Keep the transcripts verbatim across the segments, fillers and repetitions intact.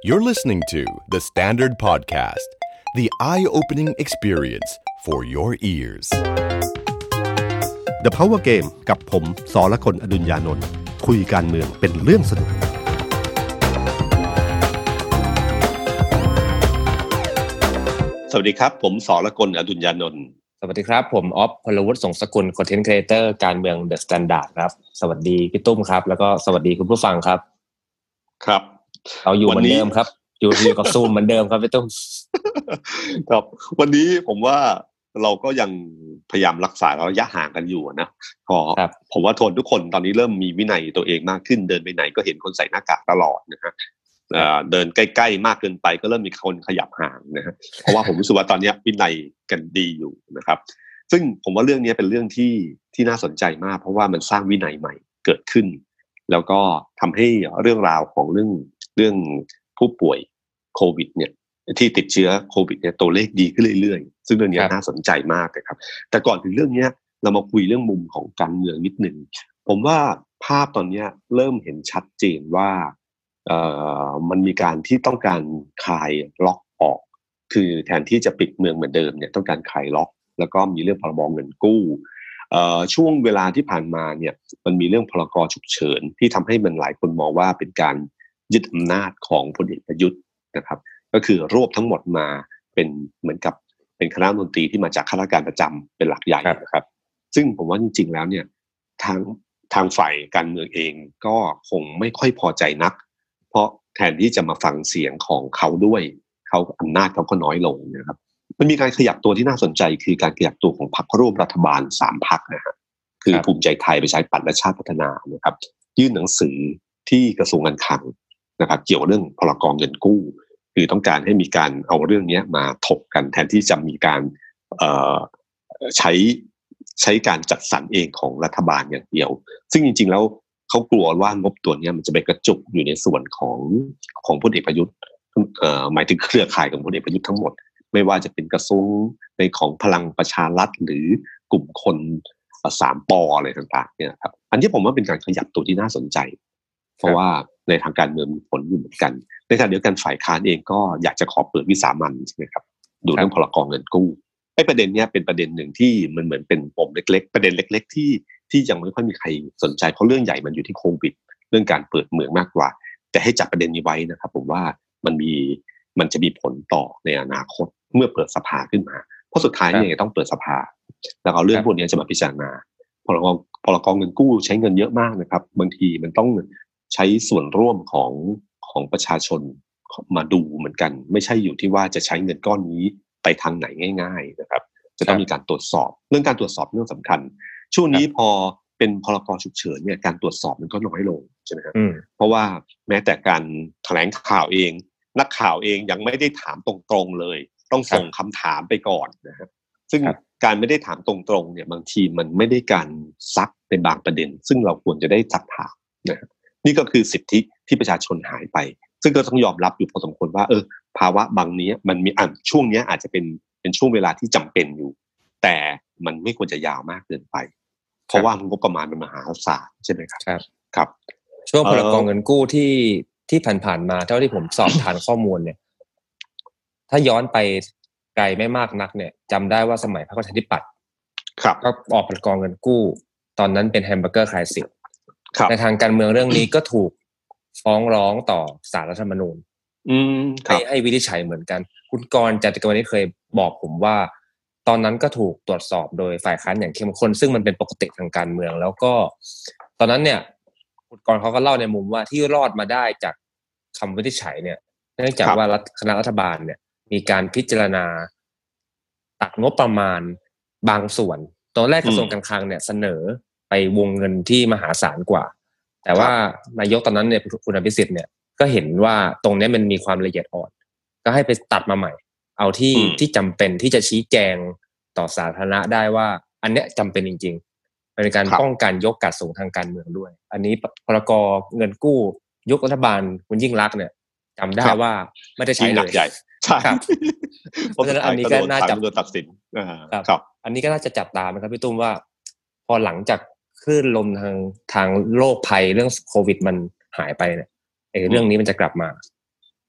You're listening to The Standard Podcast, the eye-opening experience for your ears. The Power Game กับผมสรกล อดุลยานนท์คุยการเมืองเป็นเรื่องสนุกสวัสดีครับผมสรกล อดุลยานนท์สวัสดีครับผมอ๊อฟพลวุฒิสงสกุลคอนเทนต์ครีเอเตอร์การเมือง The Standard ครับสวัสดีพี่ตุ้มครับแล้วก็สวัสดีคุณผู้ฟังครับครับเราอยู่เหมือนเดิมครับอยู่อยู่กับซูมเหมือนเดิมครับพี่ตุ้มครับวันนี้ผมว่าเราก็ยังพยายามรักษาระยะห่างกันอยู่นะพอผมว่าทนทุกคนตอนนี้เริ่มมีวินัยตัวเองมากขึ้นเดินไปไหนก็เห็นคนใส่หน้ากากตลอดนะฮะเดินใกล้ๆมากเกินไปก็เริ่มมีคนขยับห่างนะฮะเพราะว่าผมรู้สึกว่าตอนนี้วินัยกันดีอยู่นะครับซึ่งผมว่าเรื่องนี้เป็นเรื่องที่ที่น่าสนใจมากเพราะว่ามันสร้างวินัยใหม่เกิดขึ้นแล้วก็ทำให้เรื่องราวของเรื่องเรื่องผู้ป่วยโควิดเนี่ยที่ติดเชื้อโควิดเนี่ยตัวเลขดีขึ้นเรื่อยๆซึ่งเรื่องนี้น่าสนใจมากเลยครับแต่ก่อนถึงเรื่องนี้เรามาคุยเรื่องมุมของการเมืองนิดนึงผมว่าภาพตอนนี้เริ่มเห็นชัดเจนว่าเอ่อมันมีการที่ต้องการคลายล็อกออกคือแทนที่จะปิดเมืองเหมือนเดิมเนี่ยต้องการคลายล็อกแล้วก็มีเรื่องพรบเงินกู้เอ่อช่วงเวลาที่ผ่านมาเนี่ยมันมีเรื่องพรกฉุกเฉินที่ทำให้มันหลายคนมองว่าเป็นการยึดอำนาจของพลเอกประยุทธ์นะครับก็คือรวบทั้งหมดมาเป็นเหมือนกับเป็นคณะรัฐมนตรีที่มาจากข้าราชการประจำเป็นหลักใหญ่นะครับซึ่งผมว่าจริงๆแล้วเนี่ยทางทางฝ่ายการเมืองเองก็คงไม่ค่อยพอใจนักเพราะแทนที่จะมาฟังเสียงของเขาด้วยเขาอำนาจเขาก็น้อยลงนะครับมันมีการขยับตัวที่น่าสนใจคือการขยับตัวของพรรคร่วมรัฐบาลสามพรรคนะฮะคือภูมิใจไทยประชาธิปัตย์และชาติพัฒนานะครับยื่นหนังสือที่กระทรวงการคลังนะครับเกี่ยวเรื่องพรกเงินกู้คือต้องการให้มีการเอาเรื่องนี้มาถกกันแทนที่จะมีการเอ่อใช้ใช้การจัดสรรเองของรัฐบาลอย่างเดียวซึ่งจริงๆแล้วเขากลัวว่างบตัวนี้มันจะไปกระจุกอยู่ในส่วนของของพลเอกประยุทธ์เอ่อหมายถึงเครือข่ายของพลเอกประยุทธ์ทั้งหมดไม่ว่าจะเป็นกระทรวงในของพลังประชารัฐหรือกลุ่มคนสามปออะไรต่างๆเนี่ยครับอันนี้ผมว่าเป็นการขยับตัวที่น่าสนใจเพราะว่าในทางการเมืองมีผลอยู่เหมือนกันในขณะเดียวกันฝ่ายค้านเองก็อยากจะขอเปิดวิสามัญใช่ไหมครับดูเรื่องพรกเงินกู้ไอ้ประเด็นเนี้ยเป็นประเด็นหนึ่งที่มันเหมือนเป็นปมเล็กๆประเด็นเล็กๆที่ที่ยังไม่ค่อยมีใครสนใจเพราะเรื่องใหญ่มันอยู่ที่โควิดเรื่องการเปิดเมืองมากกว่าแต่ให้จับประเด็นนี้ไว้นะครับผมว่ามันมีมันจะมีผลต่อในอนาคตเมื่อเปิดสภาขึ้นมาเพราะสุดท้ายเนี่ยต้องเปิดสภาแล้วเอาเรื่องพวกนี้จะมาพิจารณาพรกพรกเงินกู้ใช้เงินเยอะมากนะครับบางทีมันต้องใช้ส่วนร่วมของของประชาชนมาดูเหมือนกันไม่ใช่อยู่ที่ว่าจะใช้เงินก้อนนี้ไปทางไหนง่ายๆนะครับจะต้องมีการตรวจสอบเรื่องการตรวจสอบเรื่องสำคัญช่วงนี้พอเป็นพรกฉุกเฉินเนี่ยการตรวจสอบมันก็น้อยลงใช่ไหมครับเพราะว่าแม้แต่การแถลงข่าวเองนักข่าวเองยังไม่ได้ถามตรงๆเลยต้องส่งคำถามไปก่อนนะครับซึ่งการไม่ได้ถามตรงๆเนี่ยบางทีมันไม่ได้การซักในบางประเด็นซึ่งเราควรจะได้ซักถามนะครับนี่ก็คือสิทธิที่ประชาชนหายไปซึ่งก็ต้องยอมรับอยู่พอสมควรว่าเออภาวะบางนี้มันมีอ่ะช่วงนี้อาจจะเป็นเป็นช่วงเวลาที่จำเป็นอยู่แต่มันไม่ควรจะยาวมากเกินไปเพราะว่างบประมาณมันมหาศาลใช่ไหมครับครับครับช่วงพรกเงินกู้ที่ที่ผ่านๆมาเท่าที่ผมสอบทานข้อมูลเนี่ยถ้าย้อนไปไกลไม่มากนักเนี่ยจำได้ว่าสมัยพรรคประชาธิปัตย์ก็ออกพรกเงินกู้ตอนนั้นเป็นแฮมเบอร์เกอร์คลายสิทธิ์ในทางการเมืองเรื่องนี้ก็ถูกฟ้องร้องต่อศาลรัฐธรรมนูญให้ให้วินิจฉัยเหมือนกันคุณกรณ์ จาติกวณิชเคยบอกผมว่าตอนนั้นก็ถูกตรวจสอบโดยฝ่ายค้านอย่างเข้มข้นซึ่งมันเป็นปกติทางการเมืองแล้วก็ตอนนั้นเนี่ยคุณกรณ์เขาก็เล่าในมุมว่าที่รอดมาได้จากคำวินิจฉัยเนี่ยเนื่องจากว่าคณะรัฐบาลเนี่ยมีการพิจารณาตัดงบประมาณบางส่วนตอนแรกกระทรวงการคลังเนี่ยเสนอไปวงเงินที่มหาศาลกว่าแต่ว่านายกตอนนั้นเนี่ยคุณอภิสิทธิ์เนี่ยก็เห็นว่าตรงนี้มันมีความละเอียดอ่อนก็ให้ไปตัดมาใหม่เอาที่ที่จำเป็นที่จะชี้แจงต่อสาธารณะได้ว่าอันเนี้ยจำเป็นจริงๆเป็นการป้องกันยกกาดสูงทางการเมืองด้วยอันนี้พรกเงินกู้ยุครัฐบาลคุณยิ่งลักษณ์เนี่ยจำได้ว่าไม่ได้ใช้เลยใช่เพราะฉะนั้นอันนี้ก็น่าจะตัดสินครับอันนี้ก็น่าจะจับตามนะครับพี่ตุ้มว่าพอหลังจากคลื่นลมทางทางโรคภัยเรื่องโควิดมันหายไปเนี่ยไอ้เรื่องนี้มันจะกลับมา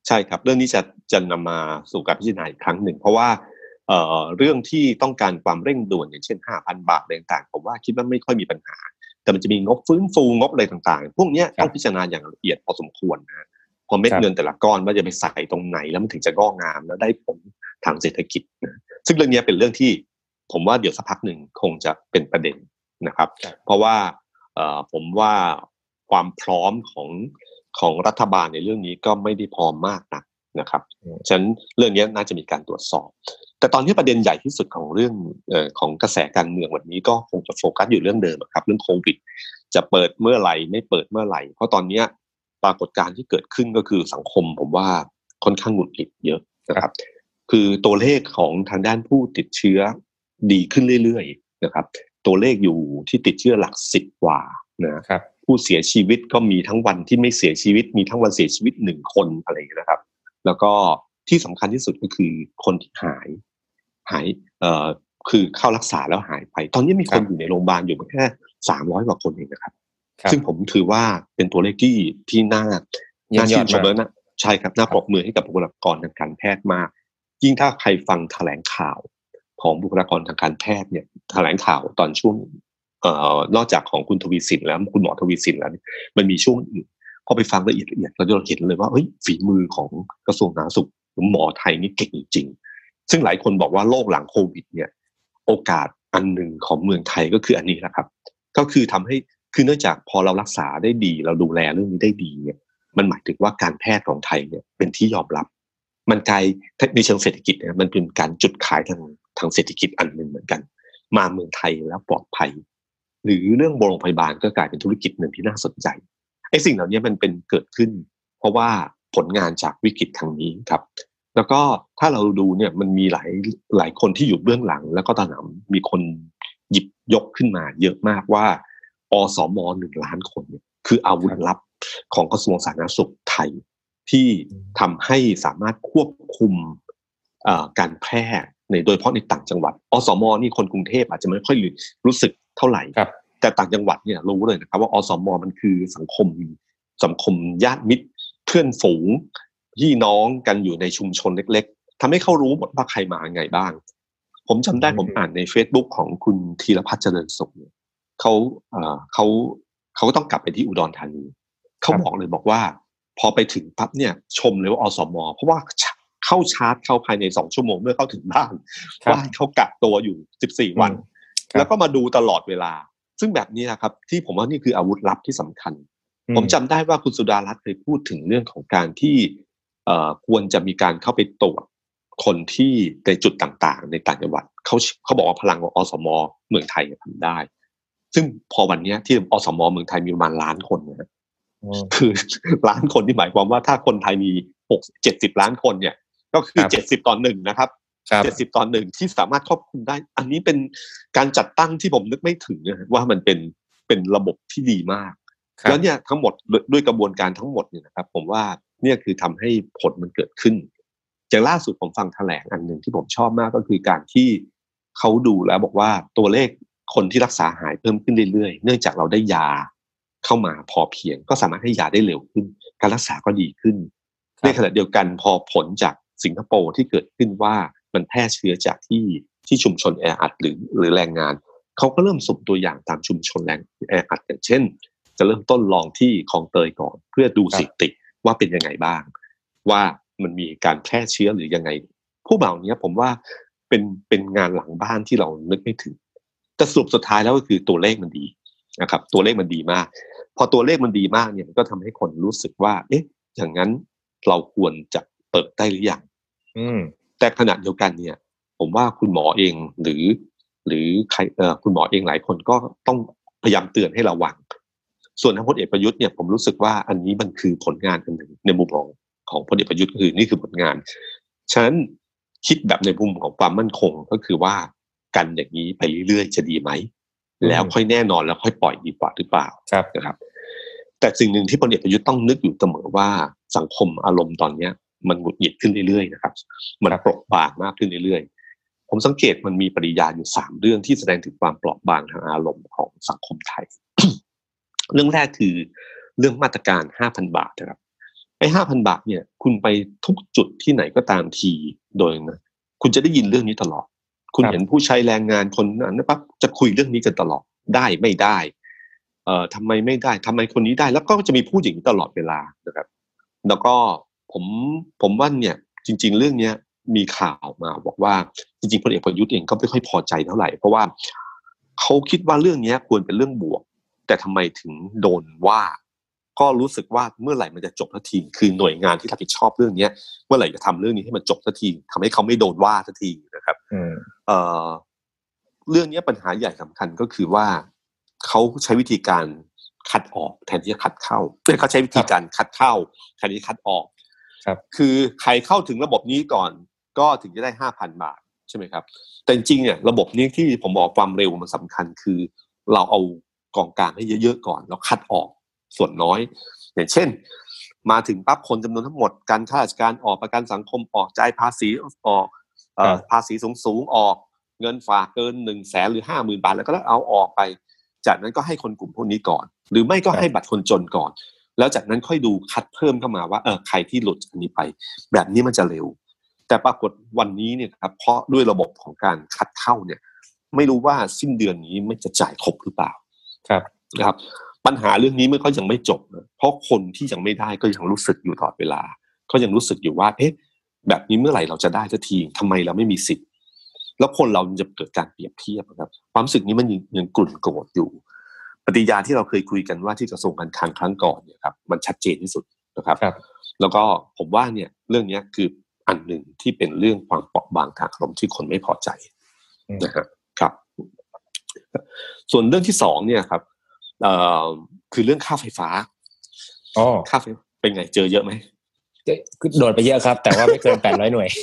ใช่ครับเรื่องนี้จะจะนำมาสู่การพิจารณาอีกครั้งหนึ่งเพราะว่าเอ่อเรื่องที่ต้องการความเร่งด่วนอย่างเช่น ห้าพัน บาทอะไรต่างๆผมว่าคิดว่าไม่ค่อยมีปัญหาแต่มันจะมีงบฟื้นฟูงบอะไรต่างๆพวกนี้ต้องพิจารณาอย่างละเอียดพอสมควรนะพอเม็ดเงินแต่ละก้อนว่าจะไปใส่ตรงไหนแล้วมันถึงจะงอกงามแล้วได้ผลทางเศรษฐกิจนะซึ่งเรื่องนี้เป็นเรื่องที่ผมว่าเดี๋ยวสักพักหนึ่งคงจะเป็นประเด็นนะครับเพราะว่าเอ่อผมว่าความพร้อมของของรัฐบาลในเรื่องนี้ก็ไม่ได้พร้อมมากนักนะครับฉะนั้นเรื่องนี้น่าจะมีการตรวจสอบแต่ตอนนี้ประเด็นใหญ่ที่สุดของเรื่องเอ่อของกระแสการเมืองวันนี้ก็คงจะโฟกัสอยู่เรื่องเดิมครับเรื่องโควิดจะเปิดเมื่อไหร่ไม่เปิดเมื่อไหร่เพราะตอนนี้ปรากฏการณ์ที่เกิดขึ้นก็คือสังคมผมว่าค่อนข้างหงุดหงิดเยอะนะครับคือตัวเลขของทางด้านผู้ติดเชื้อดีขึ้นเรื่อยๆนะครับตัวเลขอยู่ที่ติดเชื้อหลักสิบกว่านะครับผู้เสียชีวิตก็มีทั้งวันที่ไม่เสียชีวิตมีทั้งวันเสียชีวิตหนึ่งคนอะไรอย่างเงี้ยนะครับแล้วก็ที่สำคัญที่สุดก็คือคนที่หายหายเอ่อคือเข้ารักษาแล้วหายไปตอนนี้มีคนอยู่ในโรงพยาบาลอยู่แค่สามร้อยกว่าคนเองนะครับซึ่งผมถือว่าเป็นตัวเลขที่ที่น่าน่าชื่นชมและนะใช่ครับน่าปรบมือให้กับบุคลากรทางการแพทย์มากยิ่งถ้าใครฟังแถลงข่าวของบุคลากรทางการแพทย์เนี่ยแถลงข่าวตอนช่วงเอ่อนอกจากของคุณทวีสินแล้วคุณหมอทวีสินแล้วมันมีช่วงอื่นพอไปฟังละเอียดละเอียดเราจะเห็นเลยว่าเฮ้ยฝีมือของกระทรวงสาธารณสุขหมอไทยนี่เก่งจริงๆซึ่งหลายคนบอกว่าโรคหลังโควิดเนี่ยโอกาสอันหนึ่งของเมืองไทยก็คืออันนี้แหละครับก็คือทำให้คือเนื่องจากพอเรารักษาได้ดีเราดูแลเรื่องนี้ได้ดีเนี่ยมันหมายถึงว่าการแพทย์ของไทยเนี่ยเป็นที่ยอมรับมันกลายในเชิงเศรษฐกิจเนี่ยมันเป็นการจุดขายทางทางเศรษฐกิจอันหนึ่งเหมือนกันมาเมืองไทยแล้วปลอดภัยหรือเรื่องโรงพยาบาลก็กลายเป็นธุรกิจหนึ่งที่น่าสนใจไอ้สิ่งเหล่านี้มันเป็นเกิดขึ้นเพราะว่าผลงานจากวิกฤตครั้งนี้ครับแล้วก็ถ้าเราดูเนี่ยมันมีหลายหลายคนที่อยู่เบื้องหลังแล้วก็ตอนนั้นมีคนหยิบยกขึ้นมาเยอะมากว่าอสม.หนึ่งล้านคนเนี่ยคืออาวุธลับของกระทรวงสาธารณสุขไทยที่ทำให้สามารถควบคุมการแพร่ในโดยเฉพาะในต่างจังหวัดอสม.นี่คนกรุงเทพอาจจะไม่ค่อยรู้สึกเท่าไหร่แต่ต่างจังหวัดเนี่ยรู้เลยนะครับว่าอสม.มันคือสังคมสังคมญาติมิตรเพื่อนฝูงพี่น้องกันอยู่ในชุมชนเล็กๆทำให้เขารู้หมดว่าใครมาไงบ้างผมจำได้ผมอ่านใน Facebook ของคุณธีรพัฒน์เจริญสุขเขาเอ่อเขาเขาก็ต้องกลับไปที่อุดรธานีเขาบอกเลยบอกว่าพอไปถึงปั๊บเนี่ยชมเลยว่าอสม.เพราะว่าเข้าชาร์จเข้าภายในสองชั่วโมงเมื่อเข้าถึงบ้านว่าเขากักตัวอยู่สิบสี่วันแล้วก็มาดูตลอดเวลาซึ่งแบบนี้นะครับที่ผมว่านี่คืออาวุธลับที่สำคัญผมจำได้ว่าคุณสุดารัตน์เคยพูดถึงเรื่องของการที่เอ่อควรจะมีการเข้าไปตรวจคนที่ในจุดต่างๆในต่างจังหวัดเขาเขาบอกว่าพลังของอสม.เมืองไทยทำได้ซึ่งพอวันนี้ที่อสม.เมืองไทยมีประมาณล้านคนนะคือล้านคนที่หมายความว่าถ้าคนไทยมีหก เจ็ดสิบล้านคนเนี่ยก็คือเจ็ดสิบต่อหนึ่งนะครับเจ็ดสิบต่อหนึ่งที่สามารถครอบคลุมได้อันนี้เป็นการจัดตั้งที่ผมนึกไม่ถึงนะว่ามันเป็นเป็นระบบที่ดีมากแล้วเนี่ยทั้งหมดด้วยกระบวนการทั้งหมดเนี่ยนะครับผมว่าเนี่ยคือทำให้ผลมันเกิดขึ้นอย่างล่าสุดผมฟังแถลงอันหนึ่งที่ผมชอบมากก็คือการที่เขาดูแล้วบอกว่าตัวเลขคนที่รักษาหายเพิ่มขึ้นเรื่อยๆเนื่องจากเราได้ยาเข้ามาพอเพียงก็สามารถให้ยาได้เร็วขึ้นการรักษาก็ดีขึ้นในขณะเดียวกันพอผลจากสิงคโปร์ที่เกิดขึ้นว่ามันแพร่เชื้อจากที่ที่ชุมชนแออัดหรือหรือแรงงานเขาก็เริ่มสุ่มตัวอย่างตามชุมชนแรงแออัดอย่างเช่นจะเริ่มต้นลองที่คลองเตยก่อนเพื่อดูสถิติว่าเป็นยังไงบ้างว่ามันมีการแพร่เชื้อหรือยังไงผู้บ่าวนี้ผมว่าเป็นเป็นงานหลังบ้านที่เรานึกไม่ถึงแต่สรุปสุดท้ายแล้วก็คือตัวเลขมันดีนะครับตัวเลขมันดีมากพอตัวเลขมันดีมากเนี่ยมันก็ทำให้คนรู้สึกว่าเอ๊ะอย่างนั้นเราควรจะเปิดได้หรือยังแต่ขณะเดียวกันเนี่ยผมว่าคุณหมอเองหรือหรือใครเอ่อคุณหมอเองหลายคนก็ต้องพยายามเตือนให้ระวังส่วนทางพลเอกประยุทธ์เนี่ยผมรู้สึกว่าอันนี้มันคือผลงานอันหนึ่งในมุมของของพลเอกประยุทธ์คือนี่คือผลงานฉะนั้นคิดแบบในมุมของความมั่นคงก็คือว่ากันอย่างนี้ไปเรื่อยๆจะดีไหมแล้วค่อยแน่นอนแล้วค่อยปล่อยดีกว่าหรือเปล่านะครับแต่สิ่งหนึ่งที่พลเอกประยุทธ์ต้องนึกอยู่เสมอว่าสังคมอารมณ์ตอนนี้มันหงุดหงิดขึ้นเรื่อยๆนะครับมันเปราะบางมากขึ้นเรื่อยๆผมสังเกตมันมีปริยาอยู่สามเรื่องที่แสดงถึงความเปราะบางทางอารมณ์ของสังคมไทย เรื่องแรกคือเรื่องมาตรการ ห้าพัน บาทนะครับไอ้ ห้าพัน บาทเนี่ยคุณไปทุกจุดที่ไหนก็ตามทีโดยนะคุณจะได้ยินเรื่องนี้ตลอดคุณเห็นผู้ใช้แรงงานคนนั้นปั๊บจะคุยเรื่องนี้กันตลอดได้ไม่ได้เอ่อทำไมไม่ได้ทำไมคนนี้ได้แล้วก็จะมีพูดอย่างนี้ตลอดเวลานะครับแล้วก็ผมผมว่าเนี่ยจริงๆเรื่องเนี้ยมีข่าวมาบอกว่าจริงๆพลเอกประยุทธ์เองก็ไม่ค่อยพอใจเท่าไหร่เพราะว่าเขาคิดว่าเรื่องนี้ควรเป็นเรื่องบวกแต่ทำไมถึงโดนว่าก็รู้สึกว่าเมื่อไหร่มันจะจบสักทีคือหน่วยงานที่รับผิดชอบเรื่องนี้เมื่อไหร่จะทำเรื่องนี้ให้มันจบสักทีทำให้เขาไม่โดนว่าสักทีนะครับเอ่อเรื่องนี้ปัญหาใหญ่สำคัญก็คือว่าเขาใช้วิธีการคัดออกแทนที่จะคัดเข้าเขาใช้วิธีการคัดเข้าแทนที่คัดออกครับคือใครเข้าถึงระบบนี้ก่อนก็ถึงจะได้ ห้าพัน บาทใช่ไหมครับแต่จริงๆเนี่ยระบบนี้ที่ผมบอกความเร็วมันสำคัญคือเราเอากองกลางให้เยอะๆก่อนแล้วคัดออกส่วนน้อยอย่างเช่นมาถึงปั๊บคนจำนวนทั้งหมดการข้าราชการออกประกันสังคมออกจ่ายภาษีออกเอ่อภาษีสูงๆออกเงินฝากเกิน หนึ่งแสน หรือ ห้าหมื่น บาทแล้วก็เอาออกไปจากนั้นก็ให้คนกลุ่มพวกนี้ก่อนหรือไม่ก็ให้บัตรคนจนก่อนแล้วจากนั้นค่อยดูคัดเพิ่มเข้ามาว่าเออใครที่หลุดอันนี้ไปแบบนี้มันจะเร็วแต่ปรากฏวันนี้เนี่ยครับเพราะด้วยระบบของการคัดเข้าเนี่ยไม่รู้ว่าสิ้นเดือนนี้ไม่จะจ่ายครบหรือเปล่าครับนะครับปัญหาเรื่องนี้มันก็ยังไม่จบนะเพราะคนที่ยังไม่ได้ก็ยังรู้สึกอยู่ตลอดเวลาก็ยังรู้สึกอยู่ว่าเอ๊ะแบบนี้เมื่อไหร่เราจะได้สักทีทำไมเราไม่มีสิทธิ์แล้วคนเราจะเกิดการเปรียบเทียบนะครับความรู้สึกนี้มันยังกลุ่นโกรธอยู่ปฏิญาณที่เราเคยคุยกันว่าที่กระทรวงการคลังครั้งก่อนเนี่ยครับมันชัดเจนที่สุดนะครับแล้วก็ผมว่าเนี่ยเรื่องนี้คืออันหนึ่งที่เป็นเรื่องความเปราะบางทางอารมณ์ที่คนไม่พอใจนะครับครับส่วนเรื่องที่สองเนี่ยครับเอ่อคือเรื่องค่าไฟฟ้าอ๋อค่าไฟเป็นไงเจอเยอะไหมโดนไปเยอะครับแต่ว่าไม่เกินแปดร้อยหน่วย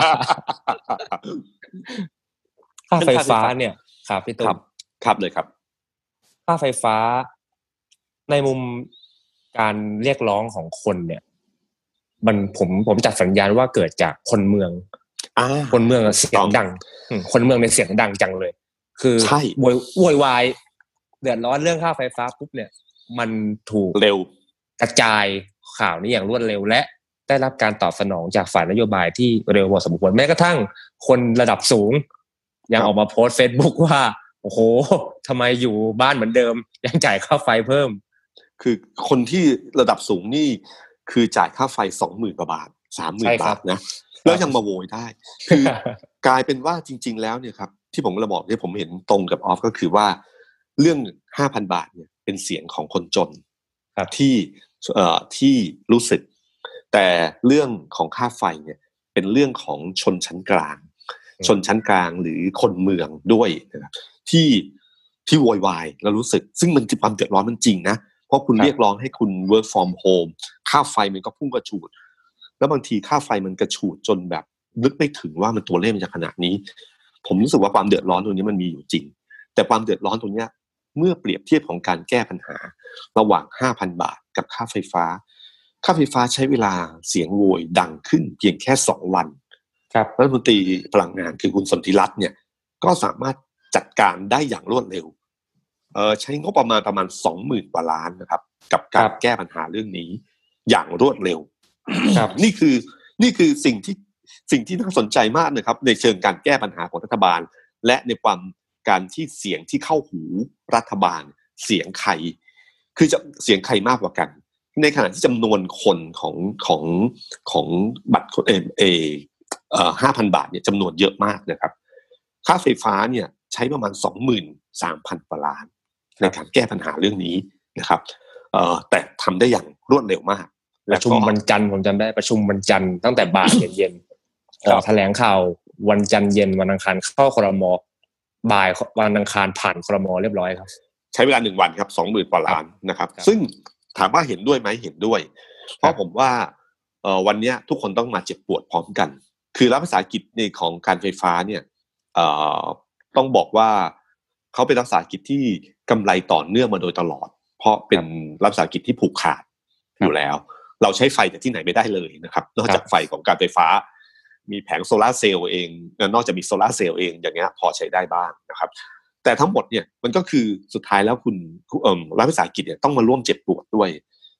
ค่าไฟฟ้าเนี่ยครับพี่ตุ้มครับเลยครับค่าไฟฟ้าในมุมการเรียกร้องของคนเนี่ยมันผมผมจัดสัญญาณว่าเกิดจากคนเมืองอ่าคนเมืองเสียงดังคนเมืองเป็นเสียงดังจังเลยคือโวยโวยวายเดือดร้อนเรื่องค่าไฟฟ้าปุ๊บเนี่ยมันถูกเร็วกระจายข่าวนี้อย่างรวดเร็วและได้รับการตอบสนองจากฝ่ายนโยบายที่เร็วพอสมควรแม้กระทั่งคนระดับสูงยังออกมาโพสต์ Facebook ว่าโอ้โหทำไมอยู่บ้านเหมือนเดิมยังจ่ายค่าไฟเพิ่มคือคนที่ระดับสูงนี่คือจ่ายค่าไฟ สองหมื่น กว่าบาท สามหมื่น บาทนะแล้วยังมาโวยได้คือกลายเป็นว่าจริงๆแล้วเนี่ยครับที่ผมกำลังบอกที่ผมเห็นตรงกับออฟก็คือว่าเรื่อง ห้าพัน บาทเนี่ยเป็นเสียงของคนจนที่เอ่อที่รู้สึกแต่เรื่องของค่าไฟเนี่ยเป็นเรื่องของชนชั้นกลางชนชั้นกลางหรือคนเมืองด้วยนะครับที่ที่โวยวายแล้วรู้สึกซึ่งมันความเดือดร้อนมันจริงนะเพราะคุณเรียกร้องให้คุณ work from home ค่าไฟมันก็พุ่งกระฉูดแล้วบางทีค่าไฟมันกระฉูดจนแบบนึกไม่ถึงว่ามันตัวเลขมันจะขนาดนี้ผมรู้สึกว่าความเดือดร้อนตรงนี้มันมีอยู่จริงแต่ความเดือดร้อนตรงนี้เมื่อเปรียบเทียบของการแก้ปัญหาระหว่าง ห้าพัน บาทกับค่าไฟฟ้าค่าไฟฟ้าใช้เวลาเสียงโวยดังขึ้นเพียงแค่สองวันครับรัฐมนตรีพลังงานคือคุณสนธิรัตน์เนี่ยก็สามารถจัดการได้อย่างรวดเร็วเอ่อใช้งบประมาณประมาณ สองหมื่น กว่าล้านนะครับกับการแก้ปัญหาเรื่องนี้อย่างรวดเร็วครับนี่คือนี่คือสิ่งที่สิ่งที่น่าสนใจมากนะครับในเชิงการแก้ปัญหาของรัฐบาลและในความการที่เสียงที่เข้าหูรัฐบาลเสียงใครคือจะเสียงใครมากกว่ากันในขณะที่จำนวนคนของของของบัตรเอเอเอ่อ ห้าพัน บาทเนี่ยจำนวนเยอะมากนะครับค่าไฟฟ้าเนี่ยใช้ประมาณ สองหมื่นสามพัน กว่าล้านในการแก้ปัญหาเรื่องนี้นะครับเอ่อแต่ทำได้อย่างรวดเร็วมากประชุมวันจันทร์ผมจำได้ประชุมวันจันทร์ตั้งแต่บ่ายเย็นๆออกแถลงข่าววันจันทร์เย็นวันอังคารเข้าครม.บ่ายวันอังคารผ่านครม.เรียบร้อยครับใช้เวลาหนึ่งวันครับ สองหมื่น กว่าล้านนะครับซึ่งถามว่าเห็นด้วยไหมเห็นด้วยเพราะผมว่าเอ่อวันนี้ทุกคนต้องมาเจ็บปวดพร้อมกันคือรัฐวิสาหกิจในของการไฟฟ้าเนี่ยเอ่อต้องบอกว่าเขาเป็นรัฐวิสาหกิจที่กำไรต่อเนื่องมาโดยตลอดเพราะเป็นรัฐวิสาหกิจที่ผูกขาดอยู่แล้วเราใช้ไฟจากที่ไหนไม่ได้เลยนะครับนอกจากไฟของการไฟฟ้ามีแผงโซล่าเซลล์เองนอกจากมีโซล่าเซลล์เองอย่างเงี้ยพอใช้ได้บ้างนะครับแต่ทั้งหมดเนี่ยมันก็คือสุดท้ายแล้วคุณเอ่อรัฐวิสาหกิจเนี่ยต้องมาร่วมเจ็บปวดด้วย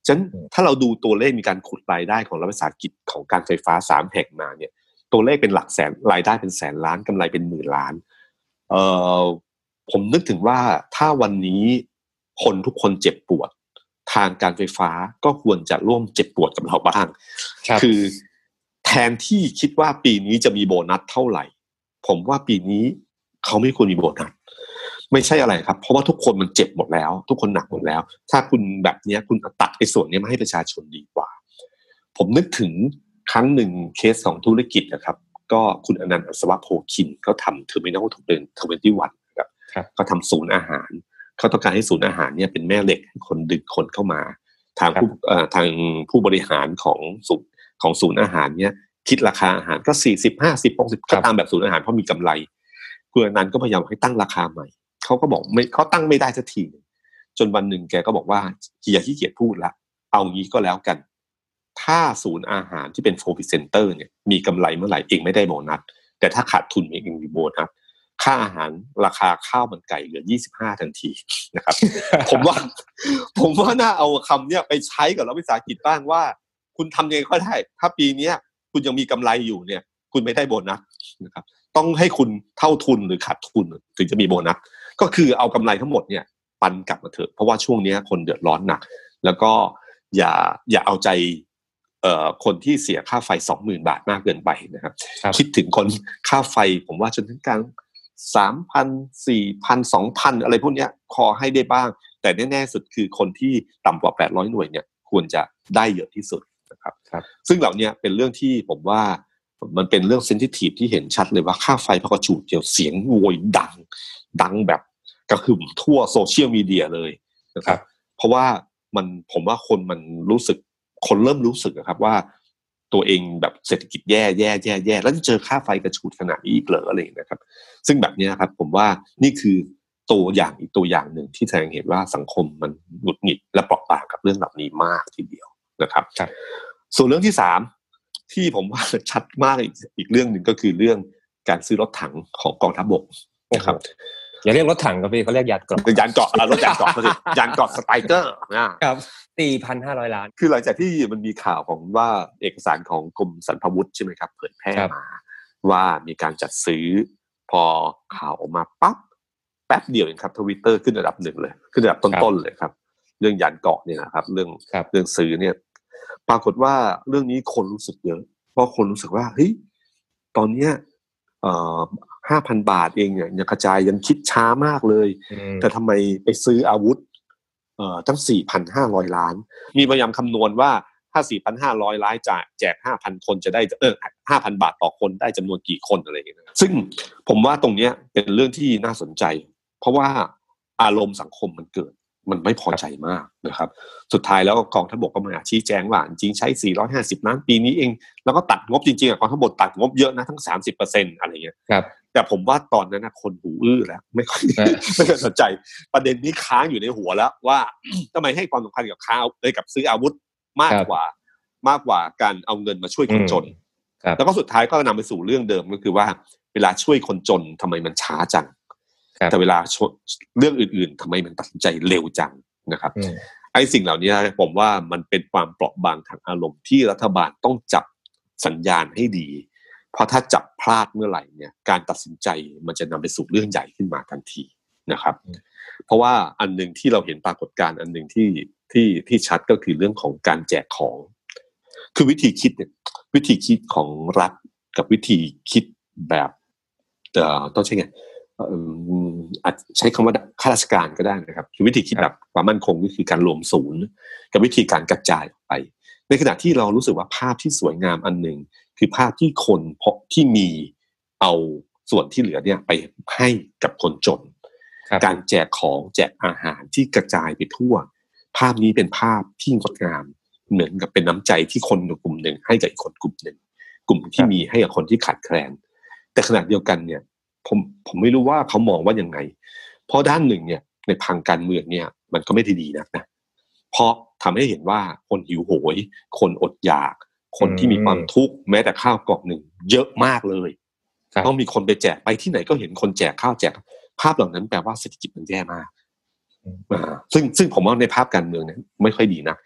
ฉะนั้นถ้าเราดูตัวเลขมีการขุดรายได้ของรัฐวิสาหกิจของการไฟฟ้าสามแห่งมาเนี่ยตัวเลขเป็นหลักแสนรายได้เป็นแสนล้านกำไรเป็นหมื่นล้านเอ่อผมนึกถึงว่าถ้าวันนี้คนทุกคนเจ็บปวดทางการไฟฟ้าก็ควรจะร่วมเจ็บปวดกับเราบ้าง คือแทนที่คิดว่าปีนี้จะมีโบนัสเท่าไหร่ผมว่าปีนี้เขาไม่ควรมีโบนัสไม่ใช่อะไรครับเพราะว่าทุกคนมันเจ็บหมดแล้วทุกคนหนักหมดแล้วถ้าคุณแบบนี้คุณตัดไอ้ส่วนนี้มาให้ประชาชนดีกว่าผมนึกถึงครั้งหนึ่งเคสของธุรกิจนะครับก็คุณอนันต์อัศวะโพคินเขาทำเทอร์มินอลทเวนตี้วันครับเขาทำศูนย์อาหารเขาต้องการให้ศูนย์อาหารเนี่ยเป็นแม่เหล็กให้คนดึงคนเข้ามาทางผู้ทางผู้บริหารของศูนย์ของศูนย์อาหารเนี่ยคิดราคาอาหารก็สี่สิบ ห้าสิบ หกสิบก็ตามแบบศูนย์อาหารเพราะมีกำไรคุณอนันต์ก็พยายามให้ตั้งราคาใหม่เขาก็บอกไม่เขาตั้งไม่ได้สักทีจนวันหนึ่งแกก็บอกว่าอย่าขี้เกียจพูดละเอางี้ก็แล้วกันถ้าศูนย์อาหารที่เป็นโฟร์พิเซนเตอร์เนี่ยมีกำไรเมื่อไหร่เองไม่ได้โบนัสแต่ถ้าขาดทุนเองมีโบนัสค่าอาหารราคาข้าวมันไก่เหลือยี่สิบห้าทันทีนะครับ ผมว่าผมว่าน่าเอาคำเนี้ยไปใช้กับรัฐวิสาหกิจบ้างว่าคุณทำยังไงก็ได้ถ้าปีนี้คุณยังมีกำไรอยู่เนี่ยคุณไม่ได้โบนัสนะครับต้องให้คุณเท่าทุนหรือขาดทุนถึงจะมีโบนัสก็คือเอากำไรทั้งหมดเนี่ยปันกลับมาเถอะเพราะว่าช่วงนี้คนเดือดร้อนหนักแล้วก็อย่าอย่าเอาใจเอ่อคนที่เสียค่าไฟ สองหมื่น บาทมากเกินไปนะครับคิดถึงคนค่าไฟผมว่าจนถึงกลาง สามพัน สี่พัน สองพัน อะไรพวกนี้ขอให้ได้บ้างแต่แน่ๆสุดคือคนที่ต่ำกว่าแปดร้อยหน่วยเนี่ยควรจะได้เยอะที่สุดนะครับซึ่งเหล่านี้เป็นเรื่องที่ผมว่ามันเป็นเรื่องเซนซิทีฟที่เห็นชัดเลยว่าค่าไฟพอกระฉูดเดียวเสียงโวยดังดังแบบกระหึ่มทั่วโซเชียลมีเดียเลยนะครับเพราะว่ามันผมว่าคนมันรู้สึกคนเริ่มรู้สึกครับว่าตัวเองแบบเศรษฐกิจแย่แย่แย่แย่แล้วจะเจอค่าไฟกระฉูดขนาดนี้อีกเหรออะไรนะครับซึ่งแบบนี้ครับผมว่านี่คือตัวอย่างอีกตัวอย่างหนึ่งที่แสดงเห็นว่าสังคมมันหงุดหงิดและเปราะบางกับเรื่องแบบนี้มากทีเดียวนะครับส่วนเรื่องที่สามที่ผมว่าชัดมากอีกอีกเรื่องหนึ่งก็คือเรื่องการซื้อรถถังของกองทัพบกนะครับอย่าเรียกรถถังครับพี่เขาเรียกยานเกราะยานเกราะรถยานเกราะสิยานเกราะสไตรเกอร์นะครับ สี่พันห้าร้อย ล้านคือหลังจากที่มันมีข่าวของว่าเอกสารของกรมสรรพาวุธใช่ไหมครับเผยแพร่มาว่ามีการจัดซื้อพอข่าวออกมาปั๊บแป๊บเดียวเองครับ Twitter ขึ้นอันดับหนึ่งเลยขึ้นอันดับต้นๆเลยครับเรื่องยานเกราะเนี่ยนะครับเรื่องเรื่องซื้อเนี่ยปรากฏว่าเรื่องนี้คนรู้สึกเยอะเพราะคนรู้สึกว่าเฮ้ยตอนเนี้ยเอ่อ ห้าพัน บาทเองเนี่ยยังกระจายยังคิดช้ามากเลยแต่ทำไมไปซื้ออาวุธเอ่อตั้ง สี่พันห้าร้อย ล้านมีพยายามคำนวณว่าถ้า สี่พันห้าร้อย ล้านจ่ายแจก ห้าพัน คนจะได้เออ ห้าพัน บาทต่อคนได้จำนวนกี่คนอะไรอย่างเงี้ยซึ่งผมว่าตรงเนี้ยเป็นเรื่องที่น่าสนใจเพราะว่าอารมณ์สังคมมันเกิดมันไม่พอใจมากนะครับสุดท้ายแล้วกองทัพบกก็มาชี้แจงว่าจริงใช้สี่ร้อยห้าสิบล้านปีนี้เองแล้วก็ตัดงบจริงๆอ่ะกองทัพบกตัดงบเยอะนะทั้ง สามสิบเปอร์เซ็นต์ อะไรเงี้ยครับแต่ผมว่าตอนนั้นนะคนหูอื้อแล้วไม่ค่อยไม่ค่อยสนใจประเด็นนี้ค้างอยู่ในหัวแล้วว่าทำไมให้ความสำคัญกับค้าเลยกับซื้ออาวุธมากกว่ามากกว่าการเอาเงินมาช่วยคนจนแล้วก็สุดท้ายก็นำไปสู่เรื่องเดิมก็คือว่าเวลาช่วยคนจนทำไมมันช้าจังแต่เวลาเรื่องอื่นๆทำไมมันตัดสินใจเร็วจังนะครับไอ้สิ่งเหล่านี้ผมว่ามันเป็นความเปราะบางทางอารมณ์ที่รัฐบาลต้องจับสัญญาณให้ดีเพราะถ้าจับพลาดเมื่อไหร่เนี่ยการตัดสินใจมันจะนำไปสู่เรื่องใหญ่ขึ้นมาทันทีนะครับเพราะว่าอันนึงที่เราเห็นปรากฏการณ์อันนึงที่ที่ที่ชัดก็คือเรื่องของการแจกของคือวิธีคิดเนี่ยวิธีคิดของรัฐกับวิธีคิดแบบเอ่อต้องใช่ไงอาจใช้คำว่าข้าราชการก็ได้นะครับคือวิธีคิดแบบความมั่นคงก็คือการรวมศูนย์กับวิธีการกระจายออกไปในขณะที่เรารู้สึกว่าภาพที่สวยงามอันหนึ่งคือภาพที่คนเพาะที่มีเอาส่วนที่เหลือเนี่ยไปให้กับคนจนการแจกของแจกอาหารที่กระจายไปทั่วภาพนี้เป็นภาพที่งดงามเหมือนกับเป็นน้ำใจที่คนกลุ่มหนึ่งให้กับอีกคนกลุ่มหนึ่งกลุ่มที่มีให้กับคนที่ขาดแคลนแต่ขณะเดียวกันเนี่ยผมผมไม่รู้ว่าเขามองว่ายังไงเพราะด้านหนึ่งเนี่ยในทางการเมืองเนี่ยมันก็ไม่ได้ดีนักนะเพราะทำให้เห็นว่าคนหิวโหยคนอดอยากคนที่มีความทุกข์แม้แต่ข้าวกล่องหนึ่งเยอะมากเลยต้องมีคนไปแจกไปที่ไหนก็เห็นคนแจกข้าวแจกภาพเหล่านั้นแปลว่าเศรษฐกิจมันแย่มากซึ่งซึ่งผมว่าในภาพการเมืองเนี่ยไม่ค่อยดีนะ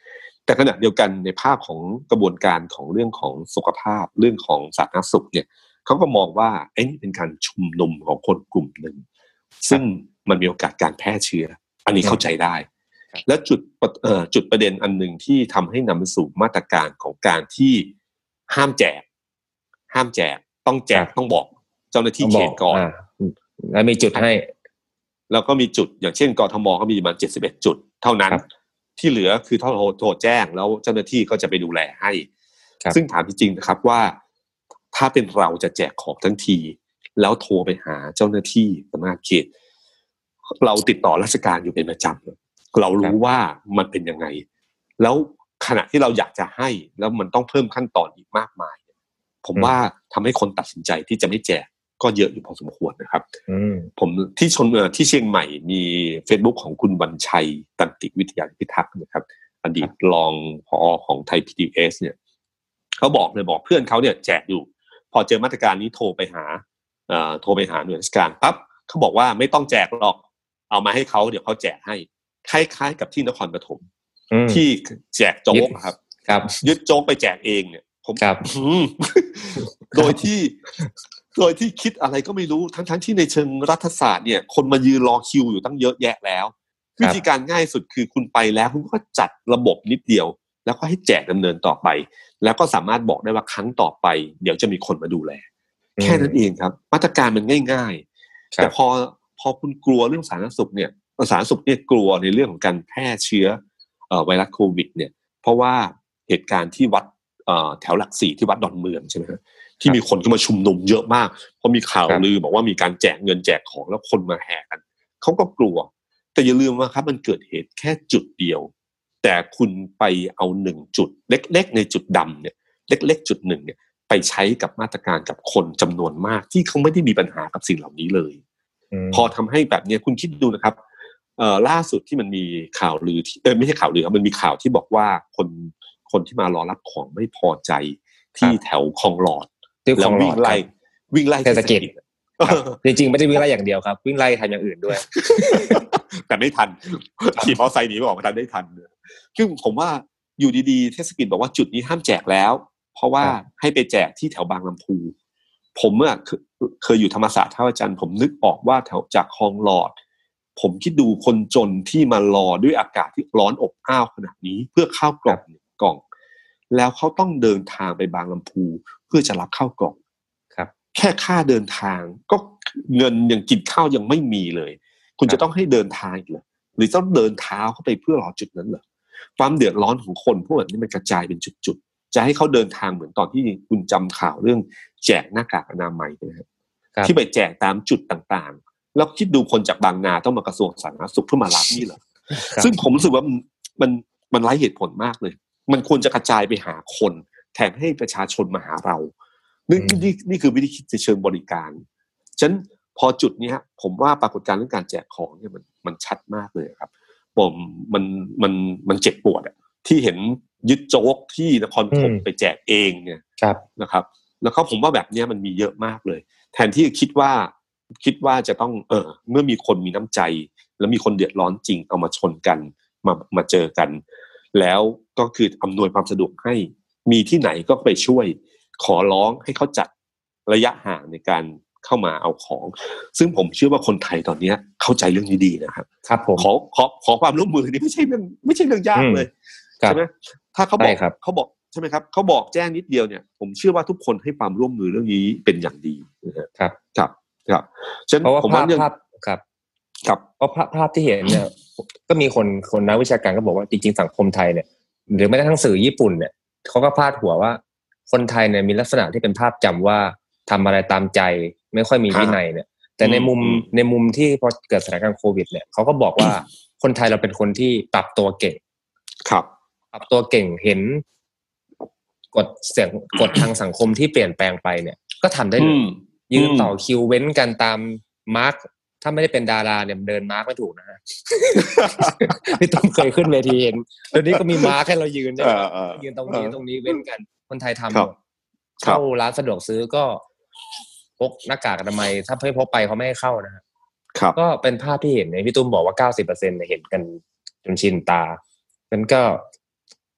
แต่ขณะเดียวกันในภาพของกระบวนการของเรื่องของสุขภาพเรื่องของสาธารณสุขเนี่ยเขาก็มองว่าไอ้นี่เป็นการชุมนุมของคนกลุ่มหนึ่งซึ่งมันมีโอกาสการแพร่เชื้ออันนี้เข้าใจได้และจุดเอ่อจุดประเด็นอันหนึ่งที่ทำให้นำไปสู่มาตรการของการที่ห้ามแจกห้ามแจกต้องแจกต้องบอกเจ้าหน้าที่เขตก่อนแล้วมีจุดให้แล้วก็มีจุดอย่างเช่นกทมเขามีประมาณเจ็ดสิบเอ็ดจุดเท่านั้นที่เหลือคือถ้าโทรแจ้งแล้วเจ้าหน้าที่ก็จะไปดูแลให้ซึ่งถามจริงๆนะครับว่าถ้าเป็นเราจะแจกของทั้งทีแล้วโทรไปหาเจ้าหน้าที่สำนักงานเขตเราติดต่อราชการอยู่เป็นประจำเรารู้ว่ามันเป็นยังไงแล้วขณะที่เราอยากจะให้แล้วมันต้องเพิ่มขั้นตอนอีกมากมายผมว่าทำให้คนตัดสินใจที่จะไม่แจกก็เยอะอยู่พอสมควรนะครับผมที่ชนที่เชียงใหม่มี Facebook ของคุณวันชัยตันติวิทยาพิทักษ์นะครับอดีตรองผอของไทย พี ที เอส เนี่ยเขาบอกเลยบอกเพื่อนเขาเนี่ยแจกอยู่พอเจอมาตรการนี้โทรไปหาเอ่อโทรไปหาหน่วยราชการปั๊บเขาบอกว่าไม่ต้องแจกหรอกเอามาให้เขาเดี๋ยวเขาแจกให้คล้ายๆกับที่นครปฐมที่แจกโจ๊กครับครับยึดโจ๊กไปแจกเองเนี่ยผมโดยที่โดยที่คิดอะไรก็ไม่รู้ทั้งๆที่ในเชิงรัฐศาสตร์เนี่ยคนมายืนรอคิวอยู่ตั้งเยอะแยะแล้ววิธีการง่ายสุดคือคุณไปแล้วคุณก็จัดระบบนิดเดียวแล้วก็ให้แจกดำเนินต่อไปแล้วก็สามารถบอกได้ว่าครั้งต่อไปเดี๋ยวจะมีคนมาดูแลแค่นั้นเองครับมาตรการมันง่ายๆแต่พอพอคุณกลัวเรื่องสาธารณสุขเนี่ยสาธารณสุขเนี่ยกลัวในเรื่องของการแพร่เชื้อไวรัสโควิดเนี่ยเพราะว่าเหตุการณ์ที่วัดแถวหลักสี่ที่วัดดอนเมืองใช่ไหมครับที่มีคนเข้ามาชุมนุมเยอะมากเพราะมีข่าวลือบอกว่ามีการแจกเงินแจกของแล้วคนมาแห่กันเขาก็กลัวแต่อย่าลืมว่าครับมันเกิดเหตุแค่จุดเดียวแต่คุณไปเอาหนึ่งจุดเล็กๆในจุดดำเนี่ยเล็กๆจุดหนึ่งเนี่ยไปใช้กับมาตรการกับคนจำนวนมากที่เขาไม่ได้มีปัญหากับสิ่งเหล่านี้เลยพอทำให้แบบนี้คุณคิดดูนะครับเอ่อล่าสุดที่มันมีข่าวลือที่เออไม่ใช่ข่าวลือมันมีข่าวที่บอกว่าคนคนที่มารอรับของไม่พอใจที่แถวคลองหลอดแล้ววิ่งไล่วิ่งไล่เทศกิจจริงๆไม่ได้วิ่งไล่อย่างเดียวครับวิ่งไล่ทำอย่างอื่นด้วยแต่ไม่ทันขี่มอเตอร์ไซค์หนีออกมาทันได้ทันคือผมว่าอยู่ดีๆเทศกิจบอกว่าจุดนี้ห้ามแจกแล้วเพราะว่าให้ไปแจกที่แถวบางลำพูผมเมื่อเคยอยู่ธรรมศาสตร์ท่าจันทร์ผมนึกออกว่าแถวจากคลองหลอดผมคิดดูคนจนที่มารอด้วยอากาศที่ร้อนอบอ้าวขนาดนี้เพื่อข้าวกล่องกล่องแล้วเขาต้องเดินทางไปบางลำพูเพื่อจะรับข้าวกล่องครับแค่ค่าเดินทางก็เงินยังกินข้าวยังไม่มีเลยคุณจะต้องให้เดินทางอีกเหรอหรือต้องเดินเท้าเข้าไปเพื่อรอจุดนั้นเหรอความเดือดร้อนของคนพวกนี้มันกระจายเป็นจุดๆจะให้เขาเดินทางเหมือนตอนที่คุณจำข่าวเรื่องแจกหน้ากากอนามัยนะครับที่ไปแจกตามจุดต่างๆแล้วคิดดูคนจากบางนาต้องมากระทรวงสาธารณสุขเพื่อมารับนี่เหรอซึ่งผมรู้สึกว่ามันมันไร้เหตุผลมากเลยมันควรจะกระจายไปหาคนแทนให้ประชาชนมาหาเรานี่นี่นี่คือวิธีคิดในเชิงบริการฉะนั้นพอจุดนี้ผมว่าปรากฏการณ์เรื่องการแจกของเนี่ยมันมันชัดมากเลยครับผมมันมันมันเจ็บปวดอะที่เห็นยึดโจ๊กที่นครปฐมไปแจกเองเนี่ยนะครับแล้วก็ผมว่าแบบนี้มันมีเยอะมากเลยแทนที่คิดว่าคิดว่าจะต้องเออเมื่อมีคนมีน้ำใจแล้วมีคนเดือดร้อนจริงเอามาชนกันมามาเจอกันแล้วก็คืออำนวยความสะดวกให้มีที่ไหนก็ไปช่วยขอร้องให้เขาจัดระยะห่างในการเข้ามาเอาของซึ่งผมเชื่อว่าคนไทยตอนนี้เข้าใจเรื่องนี้ดีนะครับครับผมขอขอขอความร่วมมือนี่ไม่ใช่เรื่องไม่ใช่เรื่องยากเลยใช่ไหมถ้าเขาบอกเขาบอกใช่ไหมครับเขาบอกแจ้งนิดเดียวเนี่ยผมเชื่อว่าทุกคนให้ความร่วมมือเรื่องนี้เป็นอย่างดีนะครับครับครับฉะนั้นผมว่าภาพครับครับเพราะภาพที่เห็นเนี่ยก็มีคนคนนักวิชาการก็บอกว่าจริงๆสังคมไทยเนี่ยหรือแม้กระทั่งสื่อญี่ปุ่นเนี่ยเขาก็พาดหัวว่าคนไทยเนี่ยมีลักษณะที่เป็นภาพจำว่าทำอะไรตามใจไม่ค่อยมีวินัยเนี่ยแต่ในมุมในมุมที่พอเกิดสถานการณ์โควิดเนี่ยเขาก็บอกว่าคนไทยเราเป็นคนที่ปรับตัวเก่งครับปรับตัวเก่งเห็นกฎเสียงกฎทางสังคมที่เปลี่ยนแปลงไปเนี่ยก็ทำได้เลยยืนต่อคิวเว้นกันตามมาร์คถ้าไม่ได้เป็นดาราเนี่ยเดินมาร์คไม่ถูกนะฮะพี่ตุ้มเคยขึ้นเวทีเห็นเดี๋ยวนี้ก็มีมาร์คให้เรายืนใช่ไหมยืนตรงนี้ตรงนี้เว้นกันคนไทยทำหมดเข้าร้านสะดวกซื้อก็พกหน้ากากอนามัยถ้าไม่พกไปเขาไม่ให้เข้านะฮะก็เป็นภาพที่เห็นในพี่ตุ้มบอกว่า เก้าสิบเปอร์เซ็นต์ เนี่ยเห็นกันจนชินตามันก็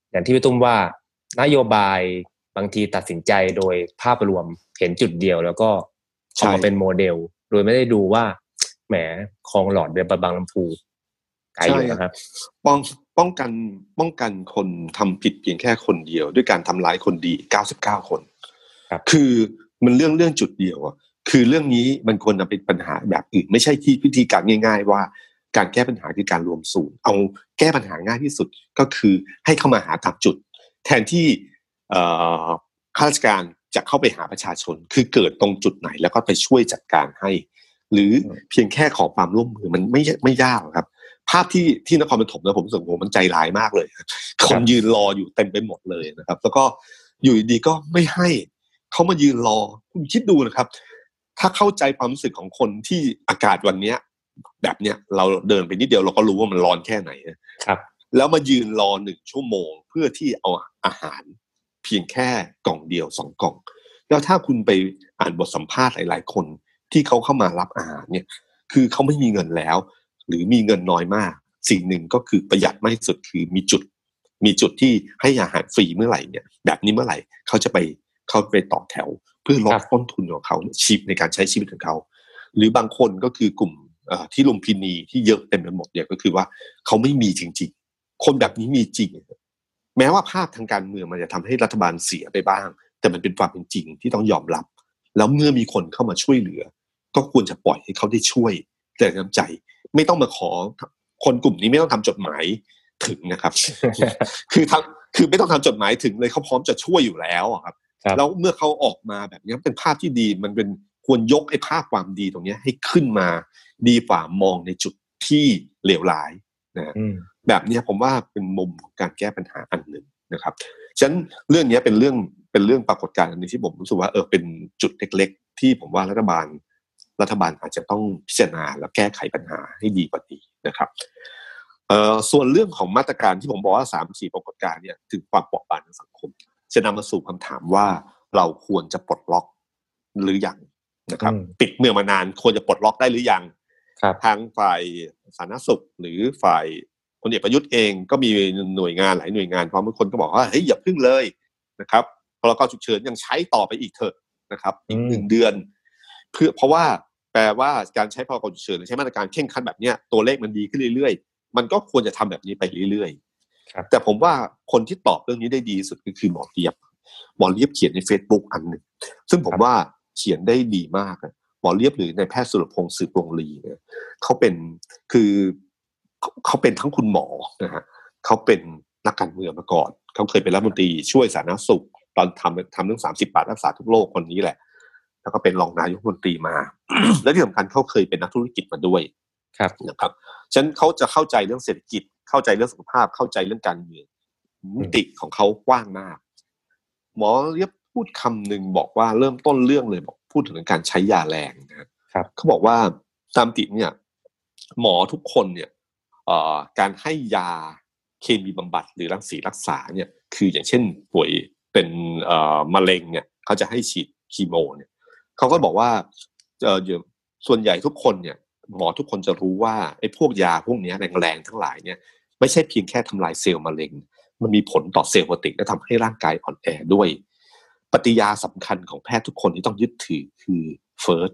อย่างที่พี่ตุ้มว่านโยบายบางทีตัดสินใจโดยภาพรวมเห็นจุดเดียวแล้วก็ออกมาเป็นโมเดลโดยไม่ได้ดูว่าแหมคลองหลอดเดินไปบางลำพูไกลอยู่นะครับป้องป้องกันป้องกันคนทำผิดเพียงแค่คนเดียวด้วยการทำร้ายคนดีเก้าสิบเก้าคนครับคือมันเรื่องเรื่องจุดเดียวอ่ะคือเรื่องนี้มันควรจะเป็นปัญหาแบบอื่นไม่ใช่ที่วิธีการง่ายๆว่าการแก้ปัญหาคือการรวมศูนย์เอาแก้ปัญหาง่ายที่สุดก็คือให้เข้ามาหาตามจุดแทนที่ข้าราชการจะเข้าไปหาประชาชนคือเกิดตรงจุดไหนแล้วก็ไปช่วยจัดการให้หรือเพียงแค่ขอความร่วมมือมันไม่ไม่ยากครับภาพที่ที่นครปฐมนะผมรู้สึกว่ามันใจร้ายมากเลยคนยืนรออยู่เต็มไปหมดเลยนะครับแล้วก็อยู่ดีก็ไม่ให้เขามายืนรอคุณคิดดูนะครับถ้าเข้าใจความรู้สึกของคนที่อากาศวันนี้แบบเนี้ยเราเดินไปนิดเดียวเราก็รู้ว่ามันร้อนแค่ไหนครับแล้วมายืนรอหนึ่งชั่วโมงเพื่อที่เอาอาหารเพียงแค่กล่องเดียวสองกล่องแล้วถ้าคุณไปอ่านบทสัมภาษณ์หลายๆคนที่เขาเข้ามารับอาหารเนี่ยคือเขาไม่มีเงินแล้วหรือมีเงินน้อยมากสิ่งหนึ่งก็คือประหยัดมากที่สุดคือมีจุดมีจุดที่ให้อาหารฟรีเมื่อไหร่เนี่ยแบบนี้เมื่อไหร่เขาจะไปเขาไปต่อแถวเพื่อลดต้นทุนของเขาชีพในการใช้ชีวิตของเขาหรือบางคนก็คือกลุ่มที่ลุมพินีที่เยอะเต็มไปหมดเนี่ยก็คือว่าเขาไม่มีจริงๆคนแบบนี้มีจริงแม้ว่าภาพทางการเมืองมันจะทำให้รัฐบาลเสียไปบ้างแต่มันเป็นความเป็นจริงที่ต้องยอมรับแล้วเมื่อมีคนเข้ามาช่วยเหลือก็ควรจะปล่อยให้เขาได้ช่วยแต่น้ำใจไม่ต้องมาขอคนกลุ่มนี้ไม่ต้องทำจดหมายถึงนะครับ คือทำคือไม่ต้องทำจดหมายถึงเลยเขาพร้อมจะช่วยอยู่แล้วครับแล้วเมื่อเขาออกมาแบบนี้เป็นภาพที่ดีมันเป็นควรยกไอ้ภาพความดีตรงนี้ให้ขึ้นมาดีกว่ามองในจุดที่เลวร้ายนะแบบนี้ผมว่าเป็นมุมของการแก้ปัญหาอันหนึ่งนะครับฉะนั้นเรื่องนี้เป็นเรื่องเป็นเรื่องปรากฏการณ์อันนี้ที่ผมรู้สึกว่าเออเป็นจุดเล็กๆที่ผมว่ารัฐบาลรัฐบาลอาจจะต้องพิจารณาและแก้ไขปัญหาให้ดีกว่านี้นะครับเอ่อส่วนเรื่องของมาตรการที่ผมบอกว่า สามถึงสี่ ปรากฏการณ์เนี่ยถึงความเปราะบางในสังคมจะนำมาสู่คำถามว่าเราควรจะปลดล็อกหรือยังนะครับปิดเมืองมานานควรจะปลดล็อกได้หรือยังทางฝ่ายสาธารณสุขหรือฝ่ายพลเอกประยุทธ์เองก็มีหน่วยงานหลายหน่วยงานพร้อมทุกคนก็บอกว่าเฮ้ยอย่าพึ่งเลยนะครับพรกฉุกเฉินยังใช้ต่อไปอีกเถอะนะครับอีกหนึ่งเดือนเพื่อเพราะว่าแปลว่าการใช้พรกฉุกเฉินหรือใช้มาตรการเข้มขัดแบบนี้ตัวเลขมันดีขึ้นเรื่อยๆมันก็ควรจะทำแบบนี้ไปเรื่อยๆแต่ผมว่าคนที่ตอบเรื่องนี้ได้ดีสุดก็คือหมอเลียบหมอเลียบเขียนใน Facebook อันนึงซึ่งผมว่าเขียนได้ดีมากหมอเลียบหรือในแพทย์สุรพงษ์สืบวงลีเนี่ยเขาเป็นคือเขาเป็นทั้งคุณหมอนะฮะเขาเป็นนักการเมืองมาก่อนเขาเคยเป็นรัฐมนตรีช่วยสาธารณสุขตอนทำทำเรื่องสามสิบบาทรักษาทุกโรคคนนี้แหละแล้วก็เป็นรองนายกรัฐมนตรีมา และที่สำคัญเขาเคยเป็นนักธุรกิจมาด้วยนะครับฉะนั้นเขาจะเข้าใจเรื่องเศรษฐกิจเข้าใจเรื่องสุขภาพเข้าใจเรื่องการเมืองมิติของเขากว้างมากหมอเลียบพูดคำหนึ่งบอกว่าเริ่มต้นเรื่องเลยบอกพูดถึงการใช้ยาแรงนะครับเขาบอกว่าตามติเนี่ยหมอทุกคนเนี่ยการให้ยาเคมีบำบัดหรือรังสีรักษาเนี่ยคืออย่างเช่นป่วยเป็นมะเร็งเนี่ยเขาจะให้ฉีดคีโมเนี่ยเขาก็บอกว่าส่วนใหญ่ทุกคนเนี่ยหมอทุกคนจะรู้ว่าไอ้พวกยาพวกนี้แรงๆทั้งหลายเนี่ยไม่ใช่เพียงแค่ทำลายเซลล์มะเร็งมันมีผลต่อเซลล์ปกติและทำให้ร่างกายอ่อนแอด้วยปฏิยาสำคัญของแพทย์ทุกคนที่ต้องยึดถือคือ first